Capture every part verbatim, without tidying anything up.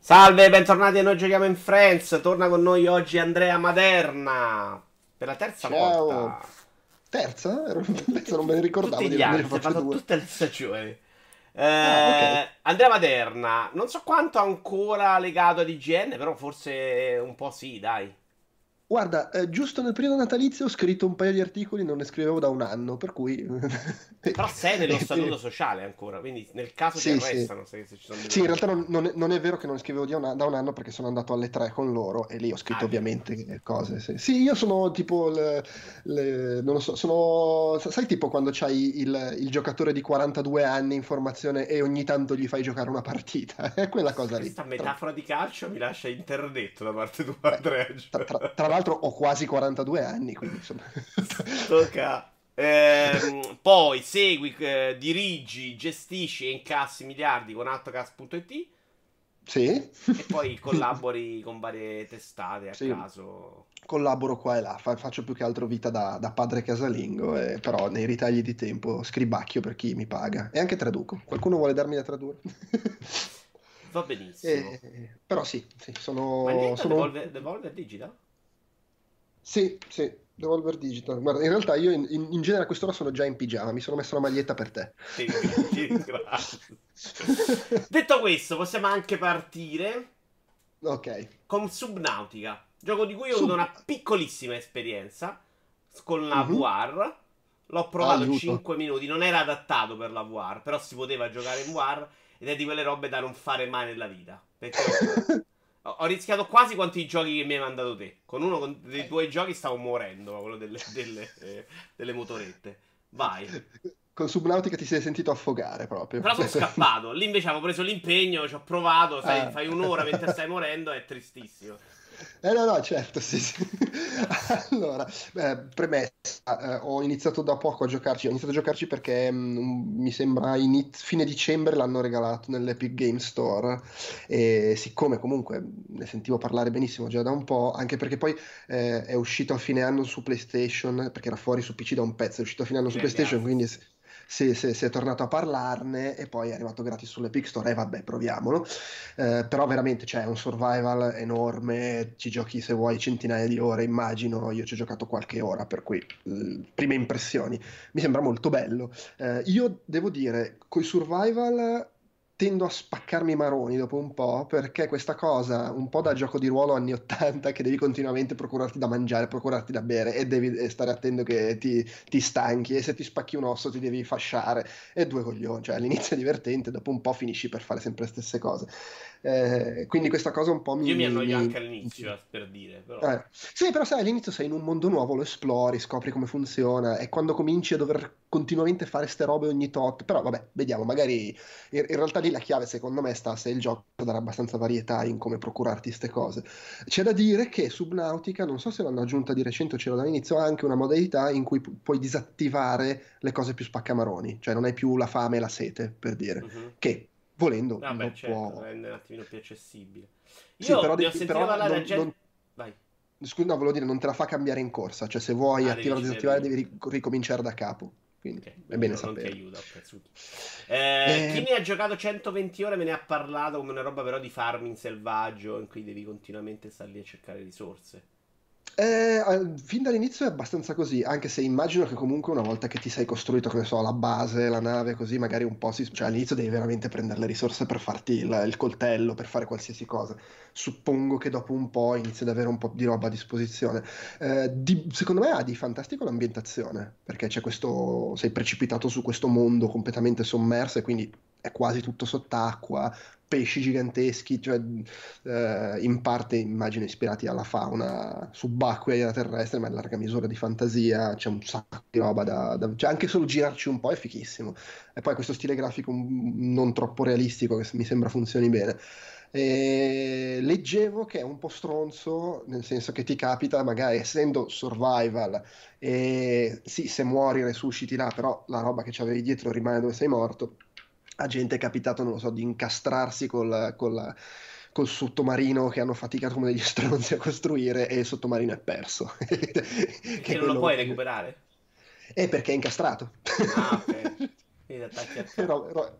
Salve, bentornati a Noi Giochiamo in Friends. Torna con noi oggi Andrea Maderna per la terza Ciao. volta. Terza? Ero- In Penso tutti, non me ne tutti ricordavo di gli averne anni, si è fatte fatto due. tutte le stagioni. Ah, ok. Eh, Andrea Maderna, non so quanto ancora legato ad I G N, però forse un po' sì, dai. Guarda, eh, giusto nel periodo natalizio ho scritto un paio di articoli, non ne scrivevo da un anno, per cui... Però sei nello e- statuto e- sociale ancora, quindi nel caso ti Sì, sì. arrestano se, se ci sono dei Sì, in problemi. realtà non, non è, non è vero che non ne scrivevo di una- da un anno perché sono andato alle tre con loro e lì ho Ah, scritto è vero. ovviamente eh, cose. Sì, sì, io sono tipo, le- le- non lo so, sono, sai tipo quando c'hai il, il giocatore di quarantadue anni in formazione e ogni tanto gli fai giocare una partita, è quella cosa lì. Questa Tra, metafora di calcio mi lascia interdetto da parte tua, beh, Andrea. tra- tra- tra l'altro ho quasi quarantadue anni, quindi insomma... Tocca. Ehm, poi segui, eh, dirigi, gestisci e incassi miliardi con Autocast punto it Sì? e poi collabori con varie testate a Sì, caso. collaboro qua e là, fa- faccio più che altro vita da, da padre casalingo, eh, però nei ritagli di tempo scribacchio per chi mi paga e anche traduco. Qualcuno vuole darmi da tradurre? Va benissimo. Eh, però sì, sì, Ma sono, niente, sono... Devolver, Devolver Digital? Sì, sì, Devolver Digital. Guarda, in realtà io in, in- in genere a quest'ora sono già in pigiama, mi sono messo la maglietta per te. Ti ringra- ti ringrazio. Detto questo, possiamo anche partire Ok. con Subnautica, gioco di cui ho avuto Sub... una piccolissima esperienza con la Mhm. V R. L'ho provato Aiuto. cinque minuti, non era adattato per la V R, però si poteva giocare in V R ed è di quelle robe da non fare mai nella vita. Perché ho, ho- ho rischiato quasi quanti i giochi che mi hai mandato te. Con uno con- dei tuoi giochi stavo morendo, quello delle, delle, eh, delle motorette. Vai. Con Subnautica ti sei sentito affogare proprio. Però sono scappato. Lì invece avevo preso l'impegno, ci ho provato, sai, Ah. fai un'ora mentre stai morendo, è tristissimo. Eh no, no, certo, sì, sì. Allora, eh, premessa, eh, ho iniziato da poco a giocarci, ho iniziato a giocarci perché mm, mi sembra iniz- fine dicembre l'hanno regalato nell'Epic Game Store e siccome comunque ne sentivo parlare benissimo già da un po', anche perché poi eh, è uscito a fine anno su PlayStation, perché era fuori su P C da un pezzo, è uscito a fine anno In su Early PlayStation, quindi... Access. s- Sì, sì, si è tornato a parlarne e poi è arrivato gratis sull'Epic Store e vabbè, proviamolo. Eh, però veramente c'è un survival enorme, ci giochi se vuoi centinaia di ore, immagino, io ci ho giocato qualche ora, per cui eh, prime impressioni, mi sembra molto bello. Eh, io devo dire, coi survival tendo a spaccarmi i maroni dopo un po', perché questa cosa, un po' da gioco di ruolo anni ottanta, che devi continuamente procurarti da mangiare, procurarti da bere e devi eh, stare attento che ti, ti stanchi e se ti spacchi un osso ti devi fasciare e due coglioni, cioè all'inizio è divertente, dopo un po' finisci per fare sempre le stesse cose. Eh, quindi questa cosa un po' mi... Io mi mi- annoio mi- anche all'inizio, eh, per dire, però. eh, Sì, però sai, all'inizio sei in un mondo nuovo, lo esplori, scopri come funziona e quando cominci a dover continuamente fare ste robe ogni tot, però vabbè, vediamo, magari in, in realtà lì la chiave secondo me sta se il gioco darà abbastanza varietà in come procurarti ste cose. C'è da dire che Subnautica, non so se l'hanno aggiunta di recente o c'era dall'inizio, ha anche una modalità in cui pu- puoi disattivare le cose più spaccamaroni, cioè non hai più la fame e la sete, per dire, Mhm. che volendo Vabbè, lo certo, lo può... rende un attimino più accessibile. Sì, Io però, ne ho devi- sentito però parlare da non, gente. non- Vai. scusa, no, volevo dire, non te la fa cambiare in corsa, cioè se vuoi Ah, devi attivare o decidere disattivare prima. devi ri- ricominciare da capo, quindi Ok, è quindi bene no- non ti saperlo. aiuta, ok, su. Eh, chi Eh, ne ha giocato centoventi ore me ne ha parlato come una roba però di farming selvaggio in cui devi continuamente stare lì a cercare risorse. Eh, eh, fin dall'inizio è abbastanza così, anche se immagino che comunque una volta che ti sei costruito, che ne so, la base, la nave, così magari un po' si... cioè all'inizio devi veramente prendere le risorse per farti il, il coltello, per fare qualsiasi cosa. Suppongo che dopo un po' inizi ad avere un po' di roba a disposizione. Eh, di- secondo me ha di fantastico l'ambientazione, perché c'è questo... sei precipitato su questo mondo completamente sommerso e quindi è quasi tutto sott'acqua, pesci giganteschi, cioè eh, in parte immagino ispirati alla fauna subacquea terrestre, ma in larga misura di fantasia, c'è un sacco di roba da, da- cioè anche solo girarci un po' è fichissimo. E poi questo stile grafico mm, non troppo realistico che mi sembra funzioni bene. E leggevo che è un po' stronzo, nel senso che ti capita, magari essendo survival, e sì, se muori resusciti là, però la roba che c'avevi dietro rimane dove sei morto. A gente è capitato, non lo so, di incastrarsi col, col- col sottomarino che hanno faticato come degli stronzi a costruire e il sottomarino è perso. Che Perché è non lo quello un puoi po' che... recuperare? E perché è incastrato. Ah, ok. Quindi ti attacchi al Ro- cavo. ro-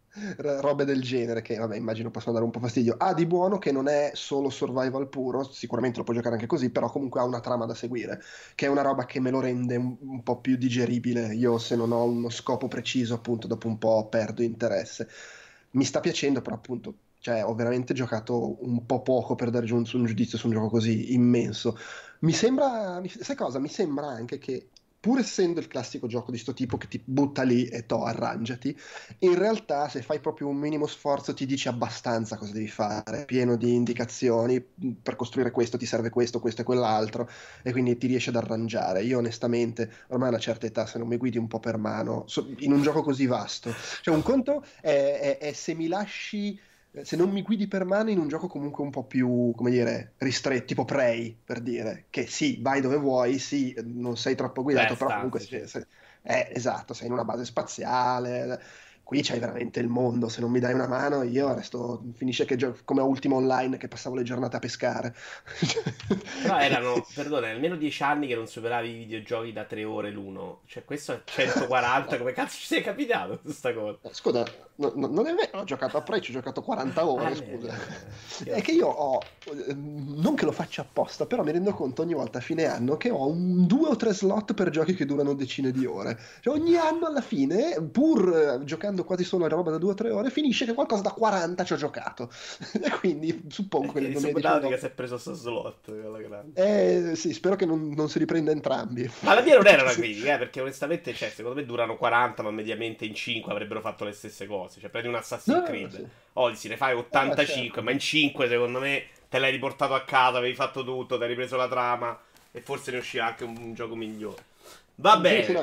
R- robe del genere che vabbè immagino possono dare un po' fastidio. Ha di buono che non è solo survival puro, sicuramente lo puoi giocare anche così, però comunque ha una trama da seguire, che è una roba che me lo rende un, un po' più digeribile. Io se non ho uno scopo preciso, appunto, dopo un po' perdo interesse. Mi sta piacendo, però appunto, cioè, ho veramente giocato un po' poco per dare giù un, un giudizio su un gioco così immenso. Mi sembra, mi- sai cosa? Mi sembra anche che, pur essendo il classico gioco di sto tipo che ti butta lì e to, arrangiati, in realtà, se fai proprio un minimo sforzo, ti dice abbastanza cosa devi fare, pieno di indicazioni. Per costruire questo ti serve questo, questo e quell'altro, e quindi ti riesci ad arrangiare. Io, onestamente, ormai a una certa età, se non mi guidi un po' per mano, so- in un gioco così vasto, cioè un conto è, è- è se mi lasci. Se non mi guidi per mano in un gioco comunque un po' più, come dire, ristretto, tipo Prey, per dire, che sì, vai dove vuoi, sì, non sei troppo Beh, guidato, però comunque stanze, se- sì. se- eh, esatto, sei in una base spaziale. Qui c'hai veramente il mondo, se non mi dai una mano io resto, finisce che gio- come a Ultima Online che passavo le giornate a pescare. Però erano, perdona, almeno dieci anni che non superavi i videogiochi da tre ore l'uno. Cioè, questo è centoquaranta, come cazzo ci sei capitato questa cosa? Scusa, no- no- non è vero, ho giocato a Prey, ci ho giocato quaranta Ah, ore, è vero, scusa. è vero, è vero. È Io... che io ho, eh, non che lo faccia apposta, però mi rendo conto ogni volta a fine anno che ho un due o tre slot per giochi che durano decine di ore. Cioè ogni anno alla fine, pur eh, giocando quasi solo a roba da due o tre ore, finisce che qualcosa da quaranta ci ho giocato. E quindi suppongo che Perché nel di Subnautica si duemiladiciannove. è preso sto slot, alla grande. Eh sì, spero che non, non si riprenda entrambi. Ma la mia non era Perché una se- critica, eh, perché onestamente, cioè, secondo me durano quaranta, ma mediamente in cinque avrebbero fatto le stesse cose. Cioè, prendi un Assassin's No, no, no, Creed, sì. Odyssey, ne fai Ah, ottantacinque, certo. ma in cinque, secondo me, te l'hai riportato a casa, avevi fatto tutto, ti hai ripreso la trama, e forse ne uscirà anche un, un gioco migliore. Va Sì, sì, bene. no,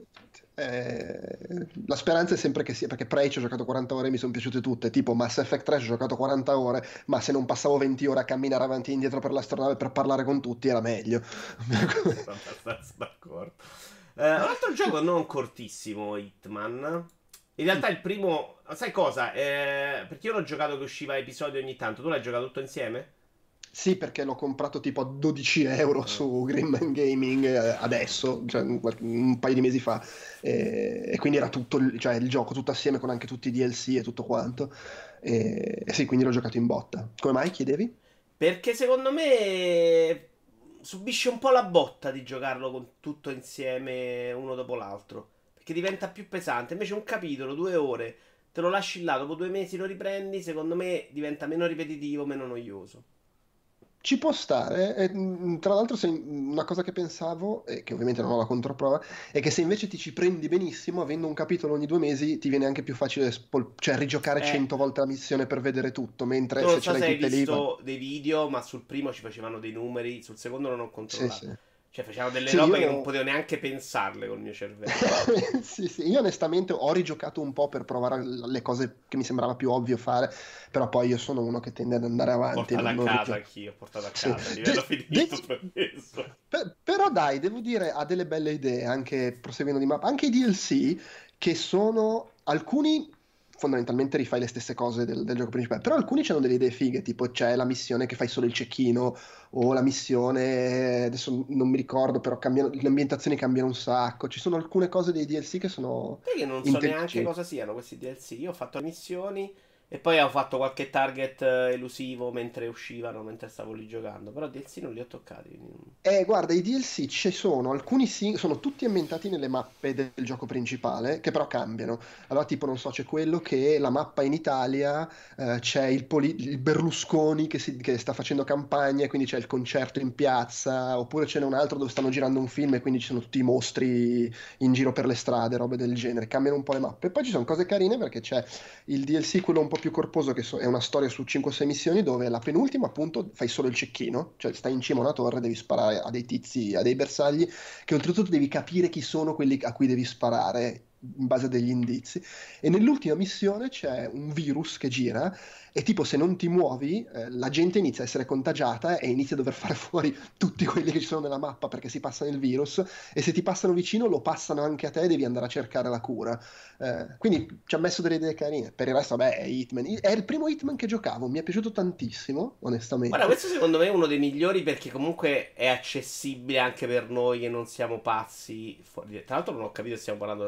eh, la speranza è sempre che sia, perché Prey ci ho giocato quaranta ore e mi sono piaciute tutte, tipo Mass Effect tre ci ho giocato quaranta ore, ma se non passavo venti ore a camminare avanti e indietro per l'astronave per parlare con tutti era meglio. Sono abbastanza d'accordo. Eh, un altro gioco non cortissimo, Hitman. In realtà il primo... Sai cosa? Eh, perché io l'ho giocato che usciva episodio ogni tanto. Tu l'hai giocato tutto insieme? Sì, perché l'ho comprato tipo a dodici euro Ah. su Green Man Gaming eh, adesso, cioè un, qual- un paio di mesi fa, e, e quindi era tutto il, cioè, il gioco tutto assieme con anche tutti i D L C e tutto quanto. E, e sì, quindi l'ho giocato in botta. Come mai, chiedevi? Perché secondo me subisce un po' la botta di giocarlo con tutto insieme uno dopo l'altro. Perché diventa più pesante. Invece un capitolo, due ore, te lo lasci là, dopo due mesi lo riprendi, secondo me diventa meno ripetitivo, meno noioso. Ci può stare, e, mh, tra l'altro se- una cosa che pensavo, e che ovviamente non ho la controprova, è che se invece ti ci prendi benissimo, avendo un capitolo ogni due mesi, ti viene anche più facile spol- cioè, rigiocare Eh, cento volte la missione per vedere tutto, tu mentre non se ce so l'hai se hai tutte lì, va- visto dei video, ma sul primo ci facevano dei numeri, sul secondo non ho sì, controllato. sì. Cioè facevano delle Sì, robe che non io... potevo neanche pensarle col mio cervello. Sì, sì, io onestamente ho rigiocato un po' per provare l- le cose che mi sembrava più ovvio fare, però poi io sono uno che tende ad andare Ho avanti, portato non, a non casa rigioco. anch'io, ho portato a Sì. casa, livello De- finito, de- premesso. per- però dai, devo dire, ha delle belle idee, anche proseguendo di mappa, anche i D L C, che sono alcuni fondamentalmente rifai le stesse cose del, del gioco principale, però alcuni hanno delle idee fighe, tipo c'è la missione che fai solo il cecchino, o la missione, adesso non mi ricordo, però cambiano, le ambientazioni cambiano un sacco, ci sono alcune cose dei D L C che sono Sai che non so neanche intelligenti. cosa siano questi D L C. Io ho fatto missioni e poi ho fatto qualche target eh, elusivo mentre uscivano, mentre stavo lì giocando. Però D L C non li ho toccati. quindi non- Eh, guarda, i D L C ci sono, alcuni sì, sono tutti ambientati nelle mappe del gioco principale, che però cambiano. Allora, tipo, non so, c'è quello che la mappa in Italia, eh, c'è il, poli- il Berlusconi che, si- che sta facendo campagna, e quindi c'è il concerto in piazza, oppure ce n'è un altro dove stanno girando un film e quindi ci sono tutti i mostri in giro per le strade, robe del genere. Cambiano un po' le mappe. E poi ci sono cose carine perché c'è il D L C, quello un po' più corposo, che so- è una storia su cinque o sei missioni, dove la penultima, appunto, fai solo il cecchino, cioè stai in cima a una torre, devi sparare a dei tizi, a dei bersagli, che oltretutto devi capire chi sono quelli a cui devi sparare in base a degli indizi. E nell'ultima missione c'è un virus che gira e tipo se non ti muovi, eh, la gente inizia a essere contagiata e inizia a dover fare fuori tutti quelli che ci sono nella mappa perché si passano il virus e se ti passano vicino lo passano anche a te e devi andare a cercare la cura. Eh, quindi ci ha messo delle idee carine. Per il resto, vabbè, è Hitman. È il primo Hitman che giocavo, mi è piaciuto tantissimo, Guarda, onestamente. questo secondo me è uno dei migliori perché comunque è accessibile anche per noi che non siamo pazzi. fuori- Tra l'altro non ho capito se stiamo parlando dello stesso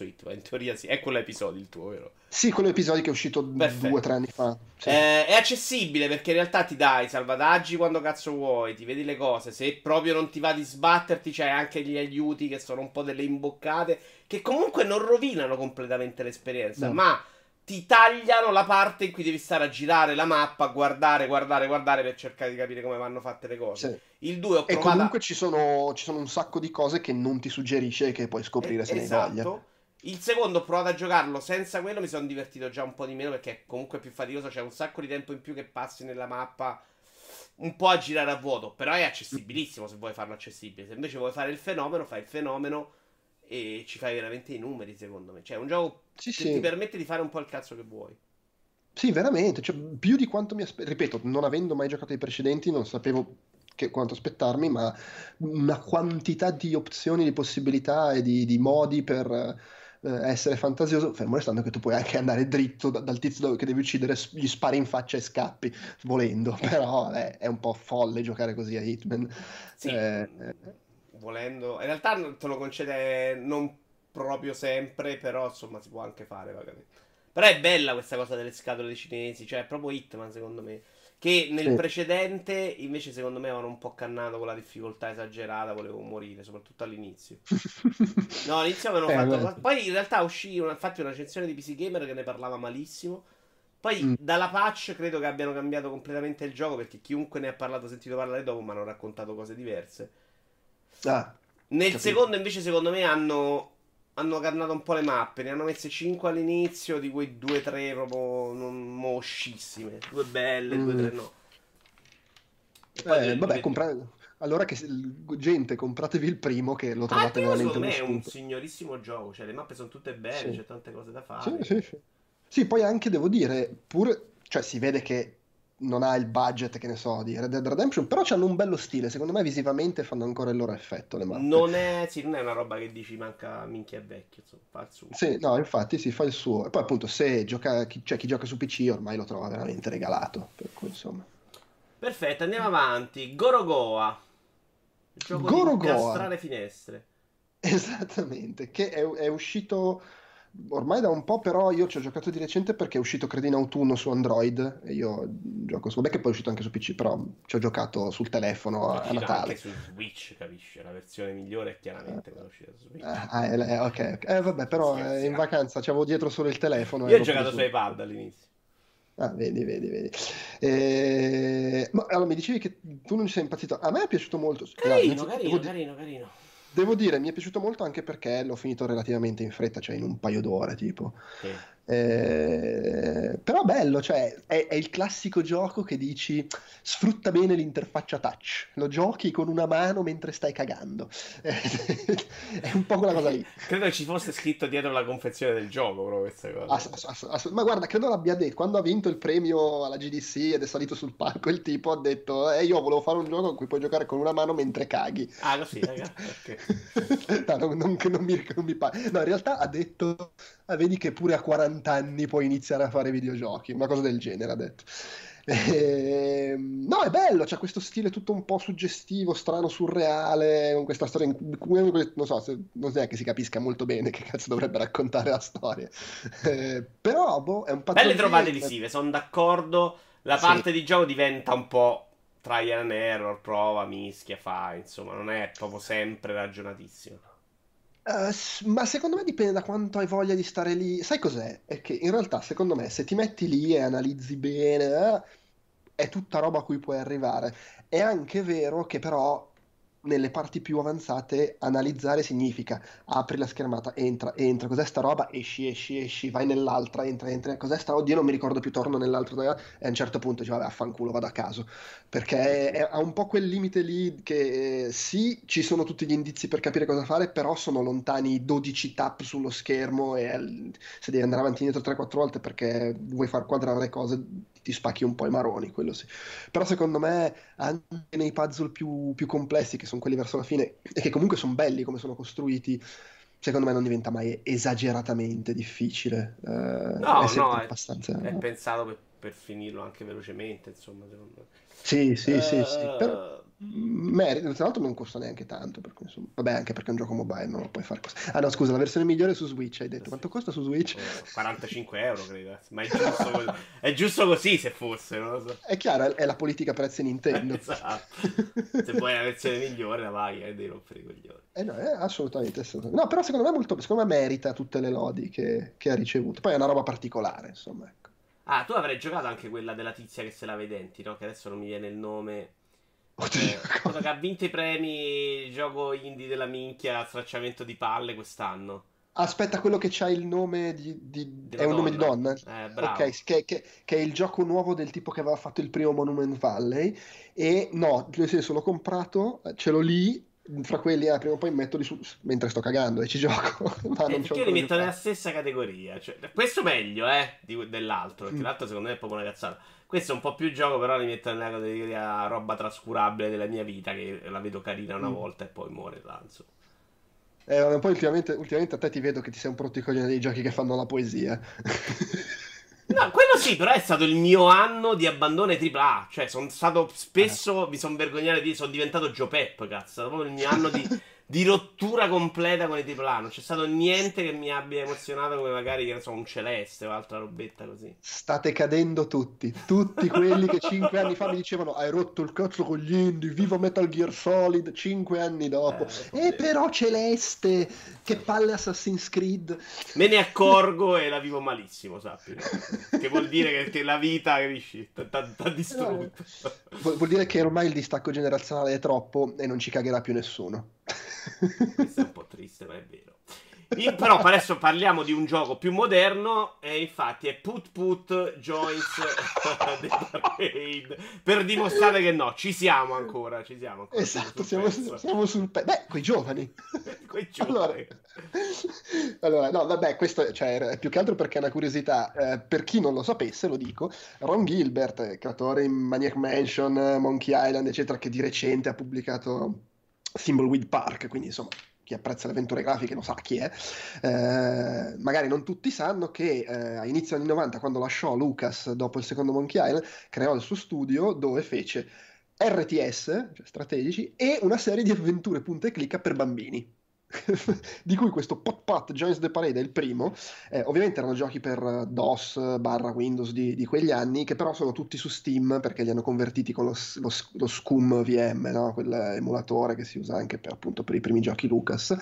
Hitman, in teoria sì. È quell'episodio il tuo, vero? Sì, quello episodio che è uscito due o Perfetto. tre anni fa. Sì. Eh, è accessibile perché in realtà ti dai i salvataggi quando cazzo vuoi, ti vedi le cose. Se proprio non ti va di sbatterti, c'hai anche gli aiuti che sono un po' delle imboccate, che comunque non rovinano completamente l'esperienza, No. ma ti tagliano la parte in cui devi stare a girare la mappa, guardare, guardare, guardare per cercare di capire come vanno fatte le cose. Sì. Il due ho E provato. comunque ci sono, ci sono un sacco di cose che non ti suggerisce e che puoi Eh, scoprire se ne hai voglia. esatto. Il secondo ho provato a giocarlo senza quello, mi sono divertito già un po' di meno perché è comunque più faticoso, c'è un sacco di tempo in più che passi nella mappa un po' a girare a vuoto, però è accessibilissimo se vuoi farlo accessibile. Se invece vuoi fare il fenomeno, fai il fenomeno e ci fai veramente i numeri, secondo me. Cioè, è un gioco Sì, che ti sì. permette di fare un po' il cazzo che vuoi. Sì, veramente, cioè, più di quanto mi aspettavo. Ripeto, non avendo mai giocato ai precedenti, non sapevo che, quanto aspettarmi, ma una quantità di opzioni, di possibilità e di, di modi per eh, essere fantasioso, fermo restando che tu puoi anche andare dritto da- dal tizio che devi uccidere, s- gli spari in faccia e scappi, volendo, però vabbè, è un po' folle giocare così a Hitman. Sì, Eh, mh, volendo. In realtà non te lo concede non proprio sempre, però insomma si può anche fare, vagamente. Però è bella questa cosa delle scatole cinesi, cioè è proprio Hitman secondo me. Che nel sì. precedente invece secondo me avevano un po' cannato con la difficoltà esagerata, volevo morire, soprattutto all'inizio. No, all'inizio avevano Eh, fatto. beh. Poi in realtà uscì una, infatti una recensione di P C Gamer che ne parlava malissimo. Poi Mm. dalla patch credo che abbiano cambiato completamente il gioco perché chiunque ne ha parlato, sentito parlare dopo, mi hanno raccontato cose diverse. Ah, Nel capito. secondo invece secondo me hanno, hanno carnato un po' le mappe, ne hanno messe cinque all'inizio, di cui due tre proprio non moscissime, due belle, due tre Mm. no. E poi Eh, li li vabbè, metti. compra- allora che gente, compratevi il primo che lo Ah, il trovate primo veramente secondo uno me è un scoop. signorissimo gioco, cioè le mappe sono tutte belle, Sì. c'è tante cose da Sì, fare. sì, sì. Sì, poi anche devo dire, pur, cioè si vede che non ha il budget, che ne so, di Red Dead Redemption, però hanno un bello stile, secondo me visivamente fanno ancora il loro effetto le mappe. Non è, sì, non è una roba che dici manca minchia è vecchio, insomma, fa il suo. Sì, no, infatti si fa il suo. E poi appunto se gioca, chi, cioè, chi gioca su P C ormai lo trova veramente regalato, per cui insomma. Perfetto, andiamo avanti. Gorogoa, il gioco di Gorogoa. incastrare finestre. Esattamente, che è, è uscito ormai da un po', però io ci ho giocato di recente perché è uscito credo in autunno su Android e io gioco su, beh che poi è uscito anche su P C, però ci ho giocato sul telefono Poi a, ti a dico anche Natale. su Switch, capisci? La versione migliore è Eh, chiaramente quella uscita su Switch. ah, eh, eh, ok, ok. Eh, vabbè, però eh, in Scherziamo. vacanza c'avevo dietro solo il telefono e Io ho ero giocato su preso. iPad all'inizio. Ah, vedi, vedi, vedi. Eh, ma allora mi dicevi che tu non ci sei impazzito. A me è piaciuto molto. Allora, Carino, innanzitutto devo, carino, di- carino, carino. devo dire, mi è piaciuto molto anche perché l'ho finito relativamente in fretta, cioè in un paio d'ore, tipo. Sì. Eh, però bello, cioè è, è il classico gioco che dici sfrutta bene l'interfaccia touch, lo giochi con una mano mentre stai cagando. È un po' quella cosa lì. Credo ci fosse scritto dietro la confezione del gioco proprio questa cosa. Ass- ass- ass- ass- ma guarda, credo l'abbia detto quando ha vinto il premio alla G D C ed è salito sul palco. Il tipo ha detto: Eh, io volevo fare un gioco in cui puoi giocare con una mano mentre caghi. Ah, così, raga. Ok. No, non, non- non mi, non mi pare. No, in realtà ha detto: "Ah, vedi che pure a quaranta anni puoi iniziare a fare videogiochi. Una cosa del genere ha detto. Ehm, no, è bello, c'è questo stile tutto un po' suggestivo, strano, surreale, con questa storia in cui non so, se, non è che si capisca molto bene che cazzo dovrebbe raccontare la storia. Eh, però boh, è un Belle puzzle trovate game. visive, sono d'accordo. La Sì. parte di gioco diventa un po' trial and error, prova, mischia, fa, insomma, non è proprio sempre ragionatissimo. Eh, s- ma secondo me dipende da quanto hai voglia di stare lì. Sai cos'è? È che in realtà, secondo me, se ti metti lì e analizzi bene, eh, è tutta roba a cui puoi arrivare. È anche vero che però nelle parti più avanzate analizzare significa apri la schermata, entra, entra, cos'è sta roba? Esci, esci, esci, vai nell'altra, entra, entra, cos'è sta roba? Io non mi ricordo più, torno nell'altra, e a un certo punto dici, vabbè, affanculo, vado a caso perché è- ha un po' quel limite lì che eh, sì, ci sono tutti gli indizi per capire cosa fare, però sono lontani dodici tap sullo schermo e eh, se devi andare avanti e indietro tre quattro volte perché vuoi far quadrare le cose, ti spacchi un po' i maroni, quello sì. Però secondo me anche nei puzzle più, più complessi, che sono quelli verso la fine, e che comunque sono belli come sono costruiti, secondo me non diventa mai esageratamente difficile. Eh, è No, no, sempre è, abbastanza. è pensato per per finirlo anche velocemente, insomma, secondo me. Sì, sì, sì, sì, però Eh, mm, merita, tra l'altro non costa neanche tanto, per cui, insomma, vabbè, anche perché è un gioco mobile, non lo puoi fare così. Ah no, scusa, la versione migliore è su Switch, hai detto, quanto Switch. costa su Switch? Non lo so, quarantacinque euro credo, eh. Ma è giusto così. È giusto così se fosse, non lo so. È chiaro, è è la politica prezzi Nintendo. Esatto. Se vuoi la versione migliore, la vai e devi rompere i coglioni. Eh no, eh, assolutamente, assolutamente. No, però secondo me, è molto, secondo me merita tutte le lodi che, che ha ricevuto. Poi è una roba particolare, insomma, ecco. Ah, tu avrai giocato anche quella della tizia che se lava i denti, no? Che adesso non mi viene il nome. Oddio, Eh, quello che ha vinto i premi gioco indie della minchia, stracciamento di palle quest'anno. aspetta, quello che c'ha il nome di, di- Di è una un nome di donna. donna? Eh, Ok, bravo. sì, che, che- che è il gioco nuovo del tipo che aveva fatto il primo Monument Valley. E no, nel senso l'ho comprato, eh, ce l'ho lì, fra quelli, eh, prima o poi metto lì su, mentre sto cagando e ci gioco, ma Eh, non ci ho perché io li ancora metto nella giocato. stessa categoria. Cioè, questo meglio, eh, di- dell'altro. Perché Mm, l'altro secondo me è proprio una cazzata. Questo è un po' più gioco, però li metto nella categoria roba trascurabile della mia vita, che la vedo carina una mm. volta e poi muore tanto. Eh, vabbè, poi ultimamente, ultimamente a te ti vedo che ti sei un po' rotto i coglioni dei giochi che fanno la poesia. No, quello sì, però è stato il mio anno di abbandono ai tripla A. Cioè, sono stato Eh. spesso, mi sono vergognato di, sono diventato Joe Pep, cazzo. È stato proprio il mio anno di, di rottura completa con i tripla A. Non c'è stato niente che mi abbia emozionato come magari, che ne so, un Celeste o altra robetta così. State cadendo tutti, tutti quelli che cinque anni fa mi dicevano hai rotto il cazzo con gli indie, viva Metal Gear Solid, cinque anni dopo. Eh, un po' E vero. però Celeste, che Sì. palle Assassin's Creed. Me ne accorgo e la vivo malissimo, sappi. Che vuol dire che, che la vita, capisci, t'ha Eh, distrutto. Vuol vuol dire che ormai il distacco generazionale è troppo e non ci cagherà più nessuno. Questo è un po' triste, ma è vero. In- però adesso parliamo di un gioco più moderno e infatti è Put Put Joins the Parade per dimostrare che no, ci siamo ancora, ci siamo ancora, siamo Esatto, sul siamo, pezzo. siamo sul pe- Beh, quei giovani. Quei Allora, giovani. allora, no, vabbè, questo cioè, è più che altro perché è una curiosità. Eh, per chi non lo sapesse, lo dico, Ron Gilbert, eh, creatore in Maniac Mansion, eh, Monkey Island, eccetera, che di recente ha pubblicato Thimbleweed Park, quindi insomma, chi apprezza le avventure grafiche lo sa chi è. Eh, magari non tutti sanno che eh, a inizio anni novanta, quando lasciò Lucas dopo il secondo Monkey Island, creò il suo studio dove fece R T S, cioè strategici, e una serie di avventure punta e clicca per bambini. Di cui questo Pot Pot Joins the Parade è il primo. Eh, ovviamente erano giochi per eh, DOS barra Windows di, di quegli anni, che però sono tutti su Steam perché li hanno convertiti con lo, s- lo s- lo Scum V M, no? Quell'emulatore che si usa anche per, appunto, per i primi giochi Lucas.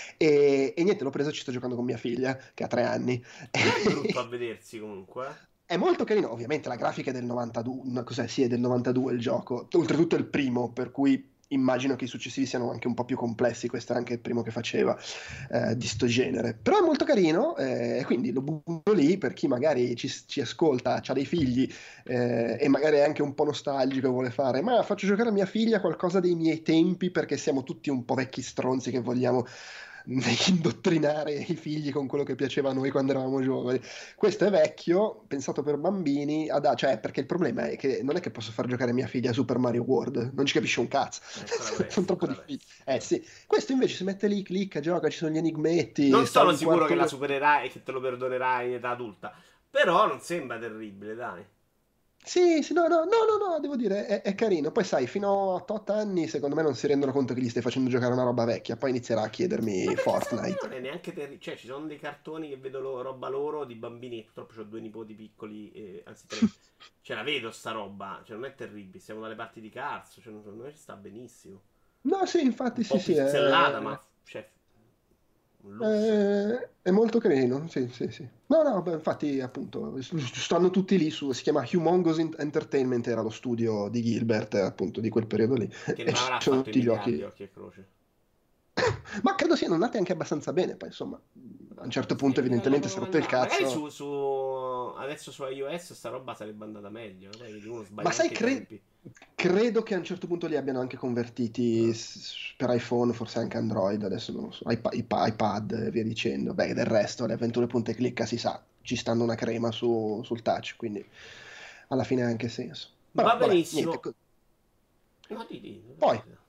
E, e niente, l'ho preso e ci sto giocando con mia figlia, che ha tre anni. Non è brutto a vedersi comunque. Eh. È molto carino, ovviamente la grafica è del novantadue, no, cos'è? Sì, è del novantadue il gioco. Oltretutto è il primo, per cui immagino che i successivi siano anche un po' più complessi, questo è anche il primo che faceva eh, di sto genere. Però è molto carino, eh, e quindi lo butto lì per chi magari ci, ci ascolta, ha dei figli eh, e magari è anche un po' nostalgico e vuole fare, ma faccio giocare a mia figlia qualcosa dei miei tempi perché siamo tutti un po' vecchi stronzi che vogliamo indottrinare i figli con quello che piaceva a noi quando eravamo giovani. Questo è vecchio, pensato per bambini, ad- cioè perché il problema è che non è che posso far giocare mia figlia a Super Mario World, non ci capisce un cazzo, È ancora sono presto, troppo ancora difficili. presto. Eh sì, questo invece si mette lì, clicca, gioca, ci sono gli enigmetti, Non sta sono un sicuro quarto che la d'ora. supererai e che te lo perdonerai in età adulta. Però non sembra terribile, dai. Sì, sì, no, no, no, no, no, devo dire, è, è carino. Poi sai, fino a otto anni secondo me non si rendono conto che gli stai facendo giocare una roba vecchia, poi inizierà a Ma chiedermi perché secondo me Fortnite. non è neanche terribile. Cioè, ci sono dei cartoni che vedo lo- roba loro di bambini. Purtroppo ho due nipoti piccoli, eh, anzi tre. Ce la vedo sta roba. Cioè, non è terribile. Siamo dalle parti di cazzo. Cioè, secondo me ci sta benissimo. No, sì, infatti, Un sì, po' sì, pixellata, è... ma cioè, un lusso. Eh, è molto carino, sì, sì, sì. No, no, beh, infatti, appunto, s- stanno tutti lì su, si chiama Humongous Ent- Entertainment, era lo studio di Gilbert, eh, appunto, di quel periodo lì, Che e non ci avrà sono fatto i tutti i miliardi, giochi. occhio e croce. Ma credo siano andati anche abbastanza bene, poi, insomma, a un Ah, certo sì, punto, a livello evidentemente, proprio si è come rotto il andava. Magari cazzo. su, su adesso su iOS sta roba sarebbe andata meglio. Poi vedi uno Ma sbaglia sai, anche i cre- tempi. credo che a un certo punto li abbiano anche convertiti Ah. s- per iPhone, forse anche Android, adesso non lo so, iPa- iPa- iPad e via dicendo. Beh, del resto, le avventure punta e clicca si sa, ci stanno una crema su- sul touch, quindi alla fine ha anche senso. Va Però, vabbè, niente. benissimo. co- No, di, di, Poi, di.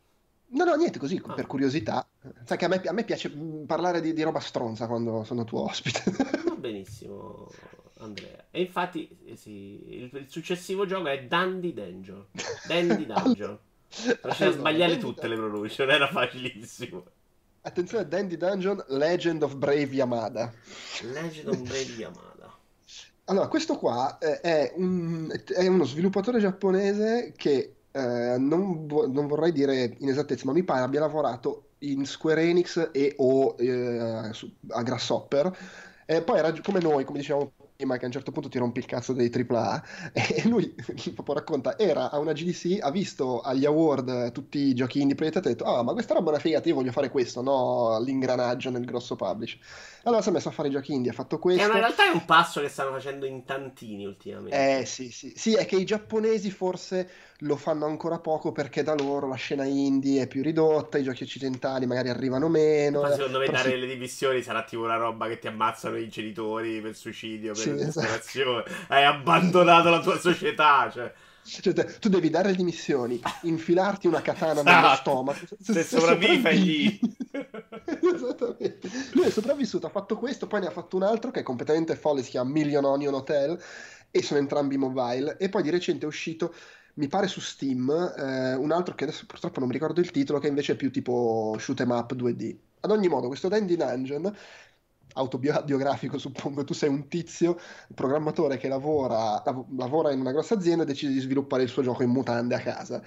No, no, niente, così, Ah, per curiosità. Sai che a me, a me piace mm, parlare di, di roba stronza quando sono tuo ospite. va benissimo, Andrea. E infatti, eh, sì, il, il successivo gioco è Dandy Dungeon. Dandy Allora, Dungeon. Riuscivo a allora, sbagliare Dandy tutte Dun- le pronunce, non era facilissimo. attenzione, Dandy Dungeon, Legend of Brave Yamada. Legend of Brave Yamada. Allora, questo qua eh, è, un- è uno sviluppatore giapponese che eh, non, vo- non vorrei dire in esattezza, ma mi pare abbia lavorato in Square Enix e o eh, su- a Grasshopper. E poi era gi- come noi, come dicevamo prima, che a un certo punto ti rompi il cazzo dei tripla A. E lui, proprio racconta, era a una G D C, ha visto agli award eh, tutti i giochi indie proiettati e ha detto, ah, ma questa roba è una figata, io voglio fare questo, no l'ingranaggio nel grosso publish. Allora si è messo a fare i giochi indie, ha fatto Che è una- in questo. realtà è un passo che stanno facendo in tantini Eh ultimamente. sì, sì, sì, è che i giapponesi forse lo fanno ancora poco perché da loro la scena indie è più ridotta, i giochi occidentali magari arrivano E meno, poi eh, secondo me però dare sì, le dimissioni sarà tipo una roba che ti ammazzano i genitori per suicidio, sì, per esatto. disperazione. Hai abbandonato la tua società, cioè. Cioè, te- tu devi dare le dimissioni, infilarti una katana nello Esatto. stomaco, se, Se se sopravvivi fai sopravvivi. gli. Esattamente. Lui è sopravvissuto, ha fatto questo, poi ne ha fatto un altro che è completamente folle, si chiama Million Onion Hotel e sono entrambi mobile. E poi di recente è uscito, mi pare su Steam, eh, un altro che adesso purtroppo non mi ricordo il titolo, che invece è più tipo shoot 'em up due D. Ad ogni modo, questo Dandy Dungeon, autobiografico suppongo, tu sei un tizio, un programmatore che lavora, lav- lavora in una grossa azienda e decide di sviluppare il suo gioco in mutande a casa.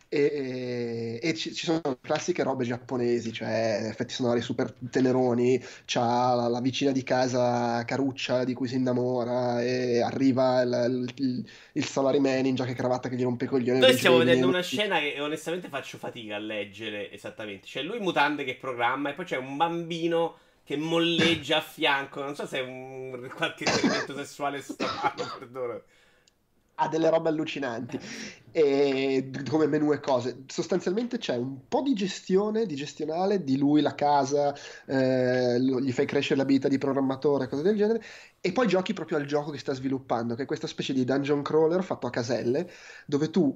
E, e ci, ci sono classiche robe giapponesi, cioè effetti sonori super teneroni, c'ha la, la vicina di casa Caruccia di cui si innamora e arriva il, il, il salaryman in giacca e cravatta che gli rompe i coglioni e Noi lui dice stiamo devi vedendo venire. una scena che onestamente faccio fatica a leggere esattamente. C'è lui mutande che programma e poi c'è un bambino che molleggia a fianco. Non so se è un qualche riferimento sessuale su sta mano, perdono. Ha delle robe allucinanti e come menu e cose. Sostanzialmente c'è un po' di gestione, di gestionale di lui, la casa, eh, lo- gli fai crescere l'abilità di programmatore, cose del genere, e poi giochi proprio al gioco che sta sviluppando, che è questa specie di dungeon crawler fatto a caselle, dove tu,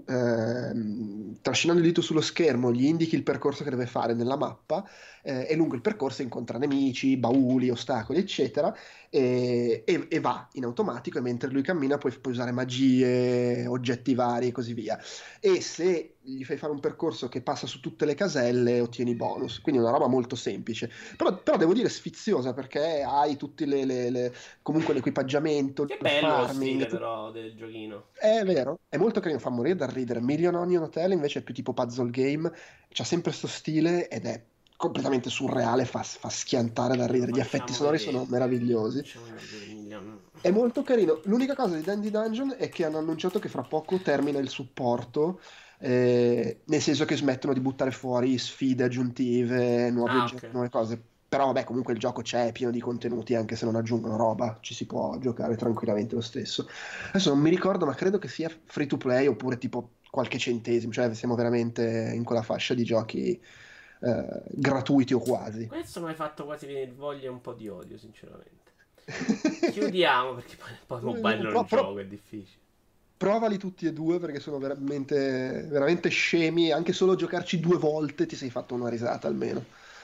ehm, trascinando il dito sullo schermo, gli indichi il percorso che deve fare nella mappa, eh, e lungo il percorso incontra nemici, bauli, ostacoli, eccetera e, e- e va in automatico e mentre lui cammina puoi, puoi usare magie, oggetti vari e così via. E se gli fai fare un percorso che passa su tutte le caselle ottieni bonus, quindi è una roba molto semplice. Però, però devo dire sfiziosa perché hai tutti le, le- le- comunque l'equipaggiamento, Che il bello lo farming, stile tu- però del giochino. è vero, è molto carino, fa morire dal ridere. Million Onion Hotel invece è più tipo puzzle game, c'ha sempre questo stile ed è completamente surreale, fa, fa schiantare dal Lo ridere. Gli effetti facciamo sonori sono vedere. meravigliosi. Facciamo vedere Million. È molto carino. L'unica cosa di Dandy Dungeon è che hanno annunciato che fra poco termina il supporto, eh, nel senso che smettono di buttare fuori sfide aggiuntive, nuovi Ah, ok. oggetti, nuove cose. Però vabbè, comunque il gioco c'è, è pieno di contenuti, anche se non aggiungono roba, ci si può giocare tranquillamente lo stesso. Adesso non mi ricordo, ma credo che sia free to play oppure tipo qualche centesimo, cioè siamo veramente in quella fascia di giochi eh, gratuiti o quasi. Questo mi hai fatto quasi venire voglia un po' di odio, sinceramente. Chiudiamo perché poi, poi mobile non Pro- pro- gioco, è difficile. Provali tutti e due perché sono veramente, veramente scemi. Anche solo giocarci due volte ti sei fatto una risata almeno.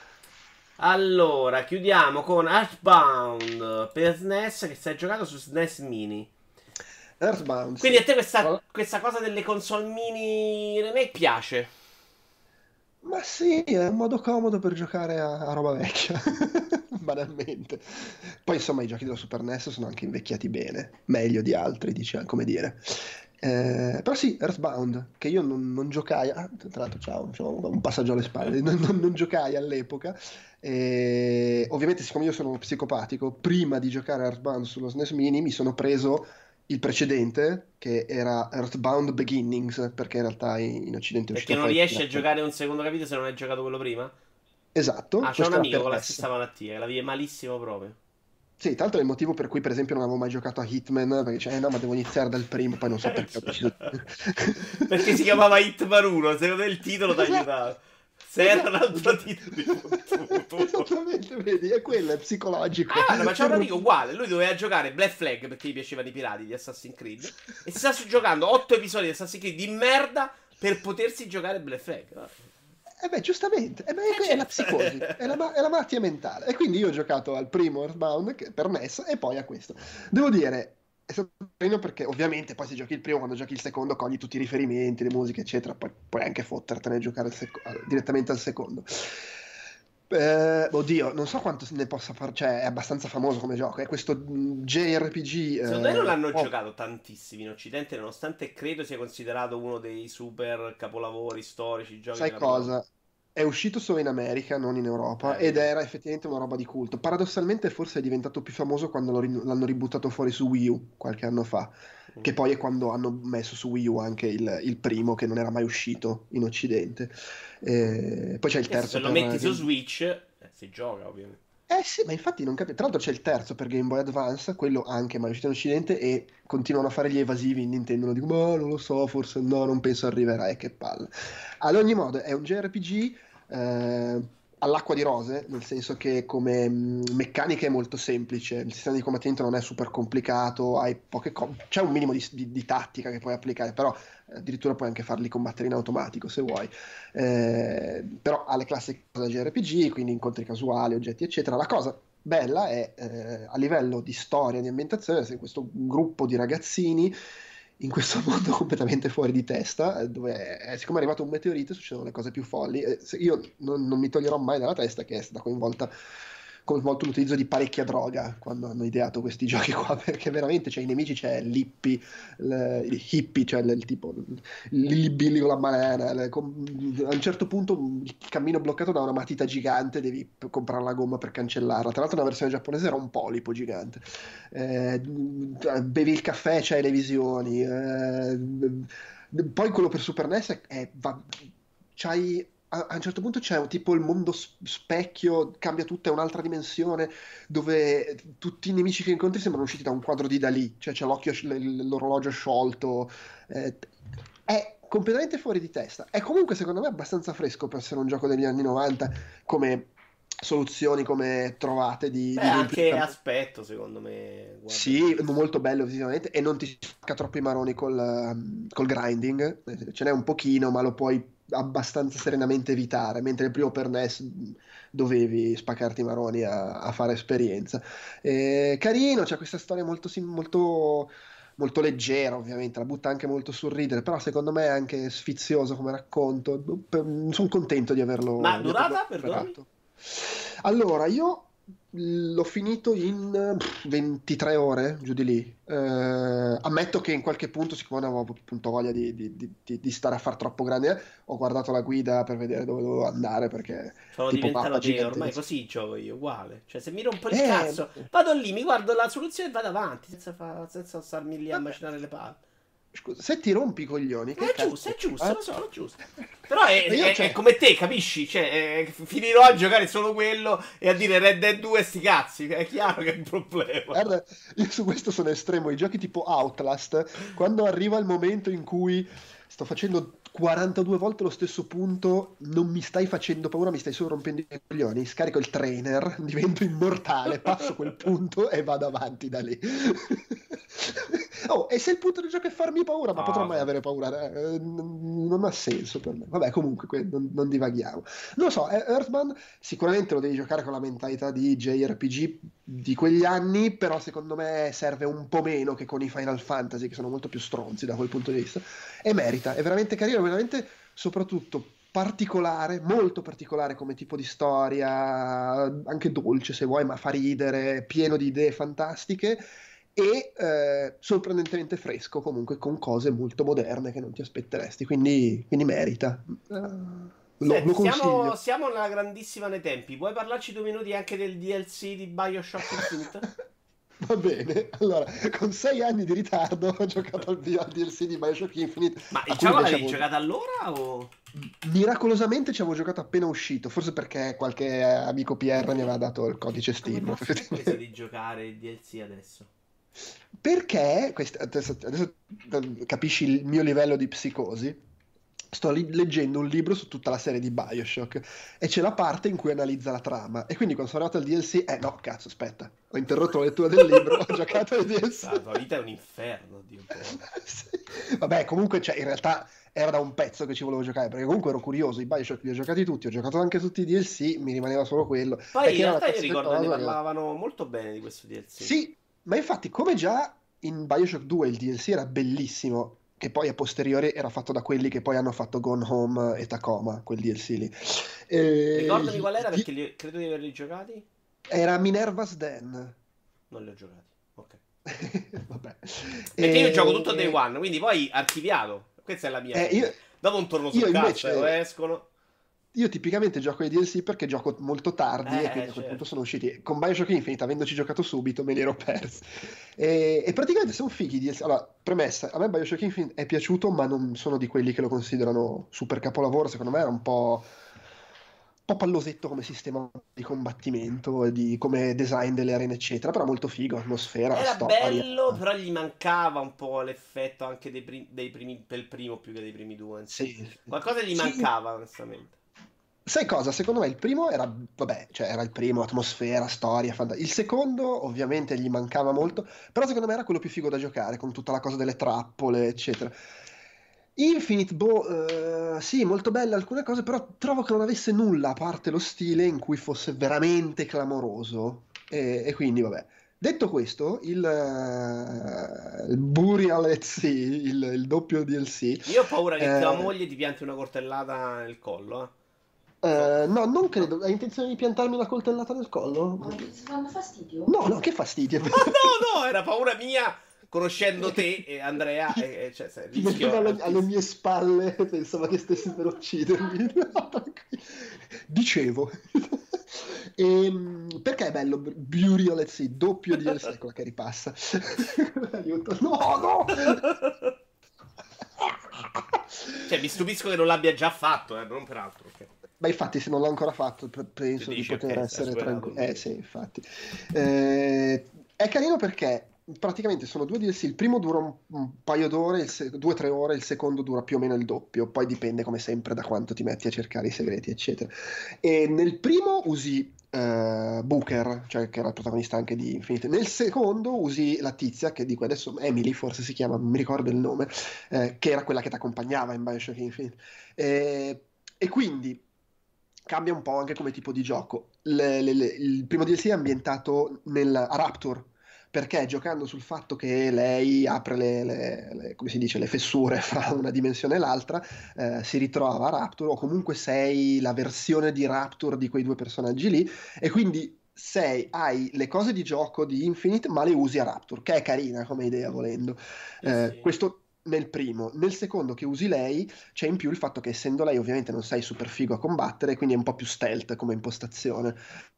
Allora, chiudiamo con Earthbound per S N E S che si è giocato su S N E S Mini. Earthbound, Quindi a sì. te questa, Tra- questa cosa delle console mini remake piace? Ma sì, è un modo comodo per giocare a, a roba vecchia, banalmente. Poi insomma i giochi della Super N E S sono anche invecchiati bene, meglio di altri, dice, come dire. Eh, però sì, Earthbound, che io non, non giocai, ah, tra l'altro ciao, c'ho un passaggio alle spalle, non, non- non giocai all'epoca. E ovviamente siccome io sono uno psicopatico, prima di giocare a Earthbound sullo S N E S Mini mi sono preso il precedente, che era Earthbound Beginnings, perché in realtà in, in Occidente è Perché uscito non poi riesci a diretto. giocare un secondo capitolo se non hai giocato quello prima? Esatto, Ah, c'è un questo era amico per con la N E S. stessa malattia, che la vive malissimo proprio. Sì, tra l'altro è il motivo per cui, per esempio, non avevo mai giocato a Hitman, perché dice, eh no, ma devo iniziare dal primo, poi non so perché ho deciso. Perché si chiamava Hitman uno, secondo me il titolo ti ha Esatto, aiutato. Se era un esatto, ho altro gio- titolo di fottuto. esattamente, vedi, è quello, è psicologico. Ah, guarda, ma c'è Per un amico non- uguale. Lui doveva giocare Black Flag perché gli piacevano i pirati di Assassin's Creed. E si sta giocando otto episodi di Assassin's Creed di merda per potersi giocare Black Flag. Eh beh, giustamente, eh beh, Eh, è la certo. psicosi, è la, ma- è la malattia mentale. E quindi io ho giocato al primo Earthbound che- per N E S e poi a questo. Devo dire, è stato carino perché ovviamente poi se giochi il primo, quando giochi il secondo, cogli tutti i riferimenti, le musiche, eccetera, poi puoi anche fottertene e giocare al seco- al- direttamente al secondo. Eh, oddio, non so quanto se ne possa fare, cioè è abbastanza famoso come gioco, è questo mh, J R P G. Secondo me non eh, l'hanno oh, giocato tantissimi in Occidente, nonostante credo sia considerato uno dei super capolavori storici, giochi Sai della prima. cosa? È uscito solo in America, non in Europa, Eh, ed vedi. era effettivamente una roba di culto. Paradossalmente, forse è diventato più famoso quando lo ri- l'hanno ributtato fuori su Wii U qualche anno fa, che Mm. poi è quando hanno messo su Wii U anche il, il primo, che non era mai uscito in Occidente. E poi c'è il Adesso se terzo lo per metti su Game. Switch, eh, si gioca ovviamente. Eh sì, ma infatti non capisco. Tra l'altro c'è il terzo per Game Boy Advance, quello anche mai uscito in Occidente, e continuano a fare gli evasivi in Nintendo. Non dico, ma non lo so, forse no, non penso arriverà, e che palle. Ad ogni modo, è un J R P G eh, all'acqua di rose, nel senso che come mh, meccanica è molto semplice, il sistema di combattimento non è super complicato, hai poche co- c'è un minimo di, di- di tattica che puoi applicare, però eh, addirittura puoi anche farli combattere in automatico se vuoi. Eh, però ha le classiche cose da J R P G, quindi incontri casuali, oggetti, eccetera. La cosa bella è eh, a livello di storia, di ambientazione, sei questo gruppo di ragazzini in questo mondo completamente fuori di testa, eh, dove eh, siccome è arrivato un meteorite succedono le cose più folli. Eh, se- io non, non mi toglierò mai dalla testa che è stata coinvolta coinvolto l'utilizzo di parecchia droga quando hanno ideato questi giochi qua, perché veramente c'è i nemici, c'è l'hippie, il, il hippie, cioè il, il tipo l'illibilli con la banana, il- com- a un certo punto il cammino bloccato da una matita gigante, devi p- comprare la gomma per cancellarla. Tra l'altro nella versione giapponese era un polipo gigante. Eh, bevi il caffè, c'hai le visioni. eh, poi quello per Super N E S è, è- va- c'hai a, a un certo punto c'è tipo il mondo s- specchio, cambia tutto, è un'altra dimensione dove tutti i nemici che incontri sembrano usciti da un quadro di Dalì, cioè c'è l'occhio, l- l'orologio sciolto, eh, è completamente fuori di testa. È comunque secondo me abbastanza fresco per essere un gioco degli anni novanta come soluzioni, come trovate di, Beh, di gameplay anche per aspetto, secondo me, guarda il sì, registro. molto bello visivamente e non ti spacca troppo i maroni col, ehm, col grinding, eh, ce n'è un pochino ma lo puoi abbastanza serenamente evitare, mentre il primo per N E S mh, dovevi spaccarti i maroni a, a fare esperienza. Eh, carino, c'è questa storia molto, sim- molto, molto leggera ovviamente, la butta anche molto sul ridere, però secondo me è anche sfizioso come racconto. Sono contento di Ma averlo, di averlo durata, perdonami? recuperato. Allora, io l'ho finito in pff, ventitré ore, giù di lì. Eh, ammetto che in qualche punto, siccome non avevo appunto voglia di, di- di- di- di stare a far troppo grande, eh, ho guardato la guida per vedere dove dovevo andare, perché Sono tipo diventato mappa te, ormai gigantesca. così gioco io, uguale. Cioè, se mi rompo il Eh, cazzo, vado lì, mi guardo la soluzione e vado avanti, senza, fa- senza starmi lì a vabbè, macinare le palle. scusa, se ti rompi i coglioni, Ma che è cazzo giusto, è devi giusto, fare? lo so, è giusto. Però è, Io, è- è cioè, come te, capisci? Cioè, eh, finirò a giocare solo quello e a dire Red Dead due sti cazzi. È chiaro che è un problema. guarda, io su questo sono estremo. I giochi tipo Outlast, quando arriva il momento in cui sto facendo quarantadue volte lo stesso punto, non mi stai facendo paura, mi stai solo rompendo i coglioni. Scarico il trainer, divento immortale, passo quel punto e vado avanti da lì. Oh, e se il punto del gioco è farmi paura, ma potrò No, mai sono avere paura? Eh, n- non ha senso per me. Vabbè, comunque, que- non, non divaghiamo. Non lo so, eh, Earthbound sicuramente lo devi giocare con la mentalità di J R P G di quegli anni, però secondo me serve un po' meno che con i Final Fantasy, che sono molto più stronzi da quel punto di vista. E merita, è veramente carino, veramente soprattutto particolare, molto particolare come tipo di storia, anche dolce se vuoi, ma fa ridere, pieno di idee fantastiche e eh, sorprendentemente fresco comunque con cose molto moderne che non ti aspetteresti, quindi, quindi merita. Eh, lo, lo Senti, siamo, consiglio. siamo nella grandissima nei tempi. Vuoi parlarci due minuti anche del D L C di BioShock Infinite? Va bene, allora, con sei anni di ritardo ho giocato al D L C di Bioshock Infinite, Ma a il cui gioco invece l'avevi avevo... giocato allora o... Miracolosamente ci avevo giocato appena uscito, forse perché qualche amico P R mi aveva dato il codice Come Steam. cazzo hai preso di giocare il D L C adesso? Perché, quest- adesso, adesso capisci il mio livello di psicosi, sto li- leggendo un libro su tutta la serie di BioShock e c'è la parte in cui analizza la trama. E quindi quando sono arrivato al D L C, eh no, cazzo, aspetta, ho interrotto la lettura del libro, ho giocato al La D L C. tua vita è un inferno, Dio buono. Sì. Vabbè, comunque, cioè, in realtà era da un pezzo che ci volevo giocare, perché comunque ero curioso, i BioShock li ho giocati tutti, ho giocato anche tutti i D L C, mi rimaneva solo quello. È Poi in che era la realtà io classica ricordo che ne cosa che... parlavano molto bene di questo D L C. Sì, ma infatti come già in BioShock due il D L C era bellissimo, che poi a posteriori era fatto da quelli che poi hanno fatto Gone Home e Tacoma, quel D L C lì. Eh, Ricordami il- qual era di- perché li- credo di averli giocati. Era Minerva's Den. Non li ho giocati. Ok. Vabbè. Perché io gioco tutto day E- one, quindi poi archiviato. Questa è la mia eh, io, fine. Dopo un torno io sul cazzo, eh, o invece escono. Io tipicamente gioco ai D L C perché gioco molto tardi e Eh, quindi eh, a quel punto certo. sono usciti. Con Bioshock Infinite, avendoci giocato subito, me li ero persi. E, e praticamente sono fighi i D L C. Allora, premessa, a me Bioshock Infinite è piaciuto, ma non sono di quelli che lo considerano super capolavoro. Secondo me era un po', un po' pallosetto come sistema di combattimento, e di, come design delle arene, eccetera. Però molto figo, atmosfera, la Era storia. bello, però gli mancava un po' l'effetto anche dei, pri- dei primi, del primo più che dei primi due, insomma. Sì, Qualcosa gli sì. mancava, onestamente. Sai cosa? Secondo me il primo era, vabbè, cioè era il primo, atmosfera, storia, fanta- Il secondo ovviamente gli mancava molto, però secondo me era quello più figo da giocare, con tutta la cosa delle trappole, eccetera. Infinite, boh, eh, sì, molto belle alcune cose, però trovo che non avesse nulla, a parte lo stile in cui fosse veramente clamoroso. E, e quindi, vabbè. Detto questo, il, eh, il Burial at Sea, il, il doppio D L C, Io ho paura che tua eh, moglie ti pianti una coltellata nel collo, eh. So- Eh, no, non No. credo. Hai intenzione di piantarmi una coltellata nel collo? Ma ti sta dando fastidio? No, no, che fastidio. Ah, no, no, era paura mia, conoscendo te e Andrea, Ti, e, e, cioè, se- il ti rischio vedeva è alle, alle altissimo. mie spalle e pensava che stessi per uccidermi. No, tranquillo. Dicevo. Ehm, perché è bello Burial at Sea, doppio D L C, eccola che ripassa. Aiuto. No, no! Cioè, mi stupisco che non l'abbia già fatto, eh, non per altro. Ok. Ma infatti se non l'ho ancora fatto pe- Tu penso di dici, ok, poter hai essere superato tranquillo. il... Eh sì, infatti. Eh, è carino perché praticamente sono due D L C, il primo dura un, un paio d'ore, il se- due o tre ore, il secondo dura più o meno il doppio, poi dipende come sempre da quanto ti metti a cercare i segreti, eccetera. E nel primo usi eh, Booker, cioè che era il protagonista anche di Infinite, nel secondo usi la tizia, che dico adesso Emily forse si chiama, non mi ricordo il nome, eh, che era quella che ti accompagnava in Bioshock Infinite. Eh, e quindi cambia un po' anche come tipo di gioco. Le- le- le- il primo D L C è ambientato nel, a Rapture, perché giocando sul fatto che lei apre le, le- le- come si dice, le fessure fra una dimensione e l'altra, eh, si ritrova a Rapture, o comunque sei la versione di Rapture di quei due personaggi lì, e quindi sei, hai le cose di gioco di Infinite, ma le usi a Rapture, che è carina come idea volendo. Sì, Eh, sì. questo nel primo. Nel secondo che usi lei c'è in più il fatto che essendo lei ovviamente non sei super figo a combattere, quindi è un po' più stealth come impostazione.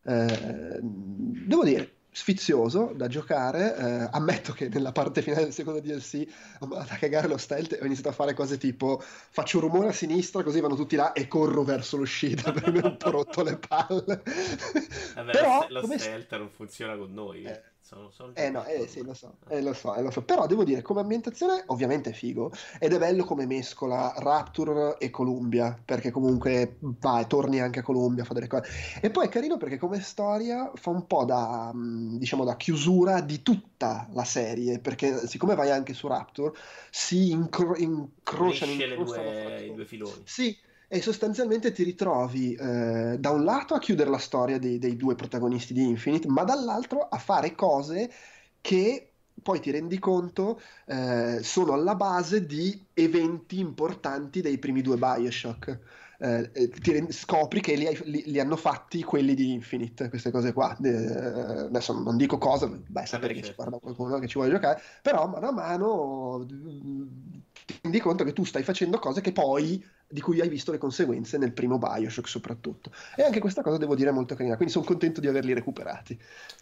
Eh, devo dire, sfizioso da giocare. Eh, ammetto che nella parte finale del secondo D L C ho mandato a cagare lo stealth e ho iniziato a fare cose tipo faccio un rumore a sinistra così vanno tutti là e corro verso l'uscita perché mi ho un po' rotto le palle. Vabbè, lo, ste- Però lo come... stealth non funziona con noi. eh, Eh. Sono, sono eh no, eh giocatori. sì, lo so, Eh. eh, lo so, eh, lo so. Però devo dire, come ambientazione ovviamente è figo ed è bello come mescola Rapture e Columbia, perché comunque vai, torni anche a Columbia, fa delle cose. E poi è carino perché come storia fa un po' da, mh, diciamo, da chiusura di tutta la serie, perché siccome vai anche su Rapture, si incro- incrociano, Unisce le incrociano fra due, di i loro. due filoni. Sì, e sostanzialmente ti ritrovi eh, da un lato a chiudere la storia dei, dei due protagonisti di Infinite, ma dall'altro a fare cose che poi ti rendi conto eh, sono alla base di eventi importanti dei primi due BioShock. Eh, eh, ti rendi- scopri che li, hai- li- li hanno fatti quelli di Infinite, queste cose qua. Eh, adesso non dico cosa, beh, Vabbè, sapere che ci certo. guarda qualcuno che ci vuole giocare, però mano a mano mm, ti rendi conto che tu stai facendo cose che poi di cui hai visto le conseguenze nel primo BioShock soprattutto. E anche questa cosa devo dire è molto carina, quindi sono contento di averli recuperati.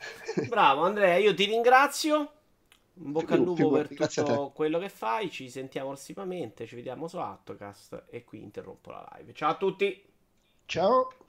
Bravo Andrea, io ti ringrazio. In bocca al Figu- lupo per Figurati, grazie a te. tutto quello che fai. Ci sentiamo prossimamente. Ci vediamo su Attocast. E qui interrompo la live. Ciao a tutti. Ciao.